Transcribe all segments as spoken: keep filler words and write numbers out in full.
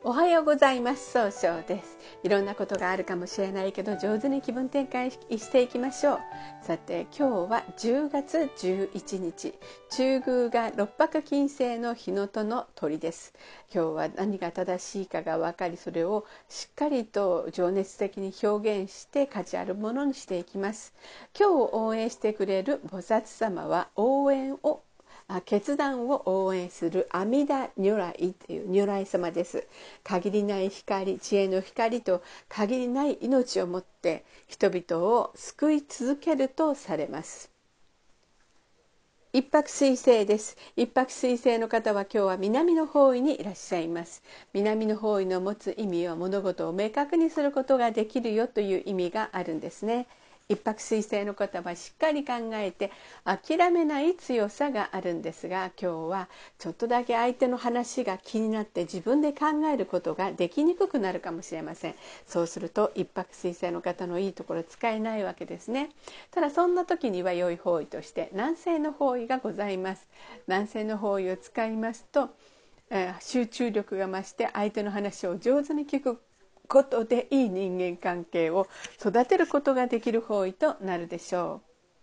おはようございます。総称です。いろんなことがあるかもしれないけど、上手に気分転換していきましょう。さて、今日はじゅうがつじゅういちにち、中宮が六白金星の日のとの鳥です。今日は何が正しいかが分かり、それをしっかりと情熱的に表現して価値あるものにしていきます。今日応援してくれる菩薩様は応援を決断を応援する阿弥陀如来という如来様です。限りない光、知恵の光と限りない命をもって人々を救い続けるとされます。一泊水星です。一泊水星の方は今日は南の方位にいらっしゃいます。南の方位の持つ意味は物事を明確にすることができるよという意味があるんですね。一泊水星の方はしっかり考えて諦めない強さがあるんですが、今日はちょっとだけ相手の話が気になって自分で考えることができにくくなるかもしれません。そうすると一泊水星の方のいいところ使えないわけですね。ただそんな時には良い方位として南西の方位がございます。南西の方位を使いますと、えー、集中力が増して相手の話を上手に聞くことでいい人間関係を育てることができる方位となるでしょ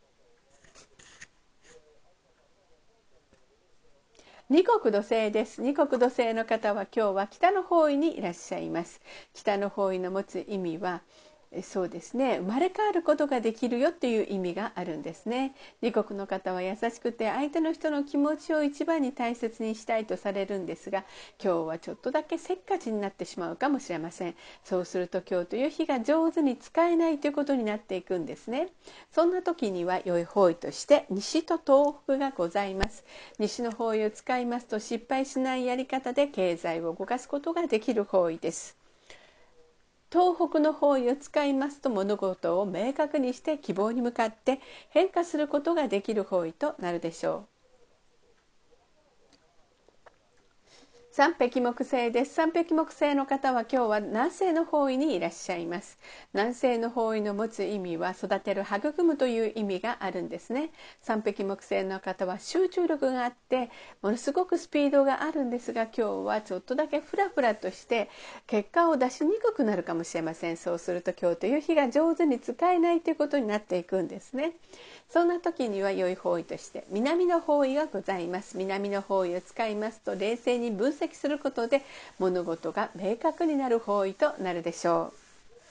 う。二国土星です。二国土星の方は今日は北の方位にいらっしゃいます。北の方位の持つ意味はそうですね、生まれ変わることができるよっていう意味があるんですね。二国の方は優しくて相手の人の気持ちを一番に大切にしたいとされるんですが、今日はちょっとだけせっかちになってしまうかもしれません。そうすると今日という日が上手に使えないということになっていくんですね。そんな時には良い方位として西と東北がございます。西の方位を使いますと失敗しないやり方で経済を動かすことができる方位です。東北の方位を使いますと物事を明確にして希望に向かって変化することができる方位となるでしょう。三匹木星です。三匹木星の方は今日は南西の方位にいらっしゃいます。南西の方位の持つ意味は育てる、育むという意味があるんですね。三匹木星の方は集中力があってものすごくスピードがあるんですが、今日はちょっとだけフラフラとして結果を出しにくくなるかもしれません。そうすると今日という日が上手に使えないということになっていくんですね。そんな時には良い方位として南の方位がございます。南の方位を使いますと冷静に分析することで物事が明確になる方位となるでしょう。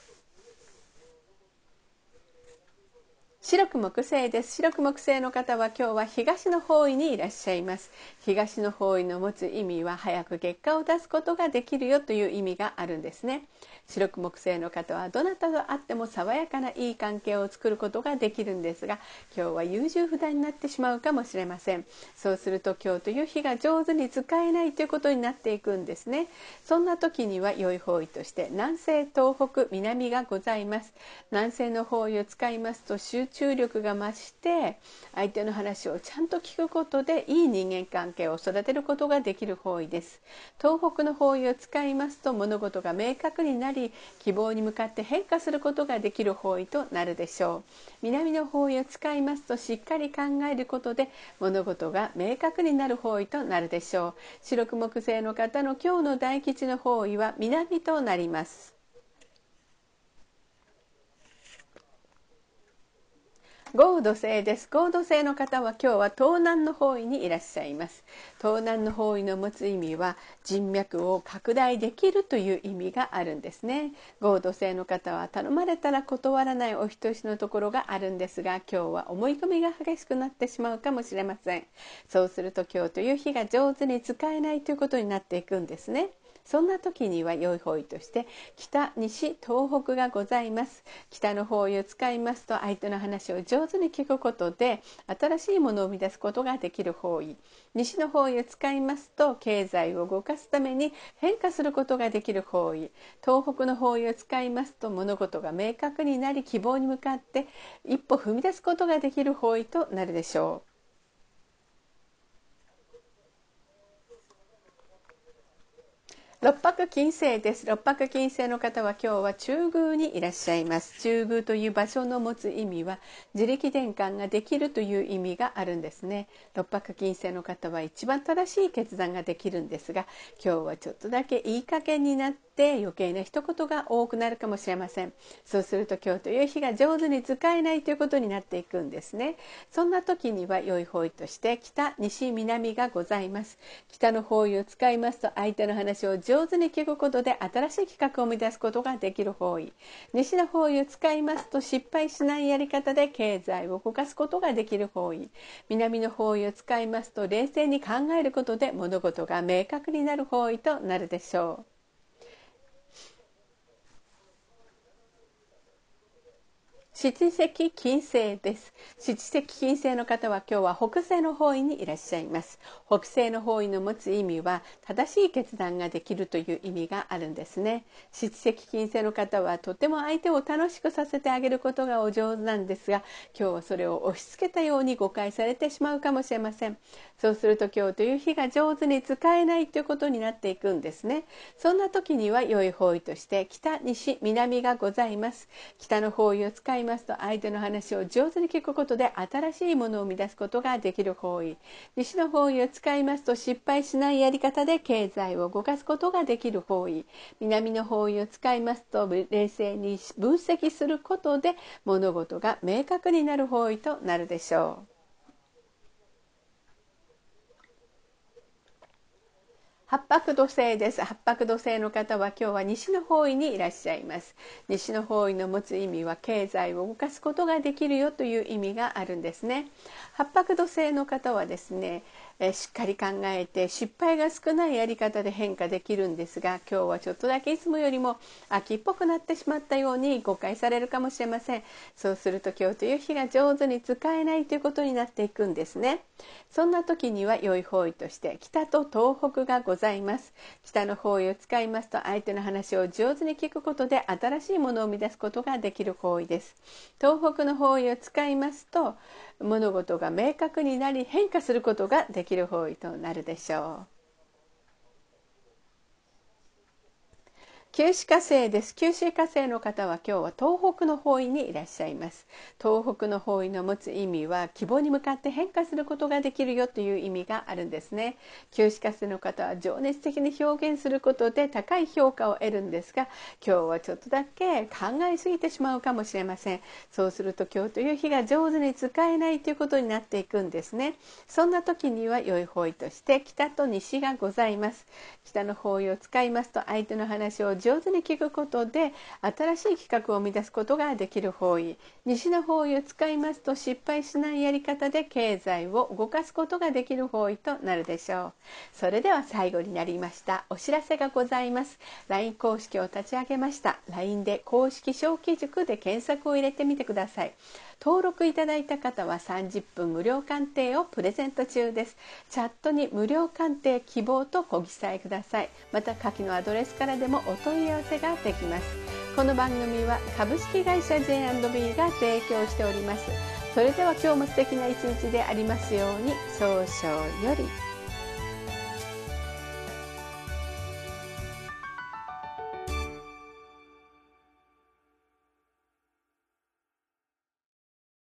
白く木星です。白く木星の方は今日は東の方位にいらっしゃいます。東の方位の持つ意味は早く結果を出すことができるよという意味があるんですね。白く木星の方はどなたと会っても爽やかないい関係を作ることができるんですが、今日は優柔不断になってしまうかもしれません。そうすると今日という日が上手に使えないということになっていくんですね。そんな時には良い方位として南西、東北、南がございます。南西の方位を使いますと集中力が増して相手の話をちゃんと聞くことでいい人間関係を育てることができる方位です。東北の方位を使いますと物事が明確になり希望に向かって変化することができる方位となるでしょう。南の方位を使いますとしっかり考えることで物事が明確になる方位となるでしょう。白く木星の方の今日の大吉の方位は南となります。合土星です。合土星の方は今日は東南の方位にいらっしゃいます。東南の方位の持つ意味は人脈を拡大できるという意味があるんですね。合土星の方は頼まれたら断らないお人よしのところがあるんですが、今日は思い込みが激しくなってしまうかもしれません。そうすると今日という日が上手に使えないということになっていくんですね。そんな時には良い方位として北、西、東北がございます。北の方位を使いますと相手の話を上手に聞くことで新しいものを生み出すことができる方位。西の方位を使いますと経済を動かすために変化することができる方位。東北の方位を使いますと物事が明確になり希望に向かって一歩踏み出すことができる方位となるでしょう。 六白金星です。六白金星の方は今日は中宮にいらっしゃいます。中宮という場所の持つ意味は自力転換ができるという意味があるんですね。六白金星の方は一番正しい決断ができるんですが、今日はちょっとだけいい加減になって余計な一言が多くなるかもしれません。そうすると今日という日が上手に使えないということになっていくんですね。そんな時には良い方位として北、西、南がございます。北の方位を使いますと相手の話を上手に聞くことで新しい企画を生み出すことができる方位。西の方位を使いますと失敗しないやり方で経済を動かすことができる方位。南の方位を使いますと冷静に考えることで物事が明確になる方位となるでしょう。七石金星です。七石金星の方は今日は北西の方位にいらっしゃいます。北西の方位の持つ意味は正しい決断ができるという意味があるんですね。七石金星の方はとても相手を楽しくさせてあげることがお上手なんですが、今日はそれを押し付けたように誤解されてしまうかもしれません。そうすると今日という日が上手に使えないということになっていくんですね。そんな時には良い方位として北、西、南がございます。北の方位を使いますと相手の話を上手に聞くことで新しいものを生み出すことができる方位。西の方位を使いますと失敗しないやり方で経済を動かすことができる方位。南の方位を使いますと冷静に分析することで物事が明確になる方位となるでしょう。八白土星です。八白土星の方は今日は西の方位にいらっしゃいます。西の方位の持つ意味は経済を動かすことができるよという意味があるんですね。八白土星の方はですね、えしっかり考えて失敗が少ないやり方で変化できるんですが、今日はちょっとだけいつもよりも秋っぽくなってしまったように誤解されるかもしれません。そうすると今日という日が上手に使えないということになっていくんですね。そんな時には良い方位として北と東北がございます。北の方位を使いますと相手の話を上手に聞くことで新しいものを生み出すことができる方位です。東北の方位を使いますと物事が明確になり変化することができる方位となるでしょう。九死火星です。九死火星の方は今日は東北の方位にいらっしゃいます。東北の方位の持つ意味は希望に向かって変化することができるよという意味があるんですね。九死火星の方は情熱的に表現することで高い評価を得るんですが、今日はちょっとだけ考えすぎてしまうかもしれません。そうすると今日という日が上手に使えないということになっていくんですね。そんな時には良い方位として北と西がございます。北の方位を使いますと相手の話を上手に聞くことで新しい企画を生み出すことができる方位。西の方位を使いますと失敗しないやり方で経済を動かすことができる方位となるでしょう。それでは最後になりました。お知らせがございます。 ライン 公式を立ち上げました。 ライン で公式小規塾で検索を入れてみてください。登録いただいた方はさんじゅっぷん無料鑑定をプレゼント中です。チャットに無料鑑定希望とご記載ください。また下記のアドレスからでもお問い合わせができます。この番組は株式会社 ジェイアンドビー が提供しております。それでは今日も素敵な一日でありますように。早々より。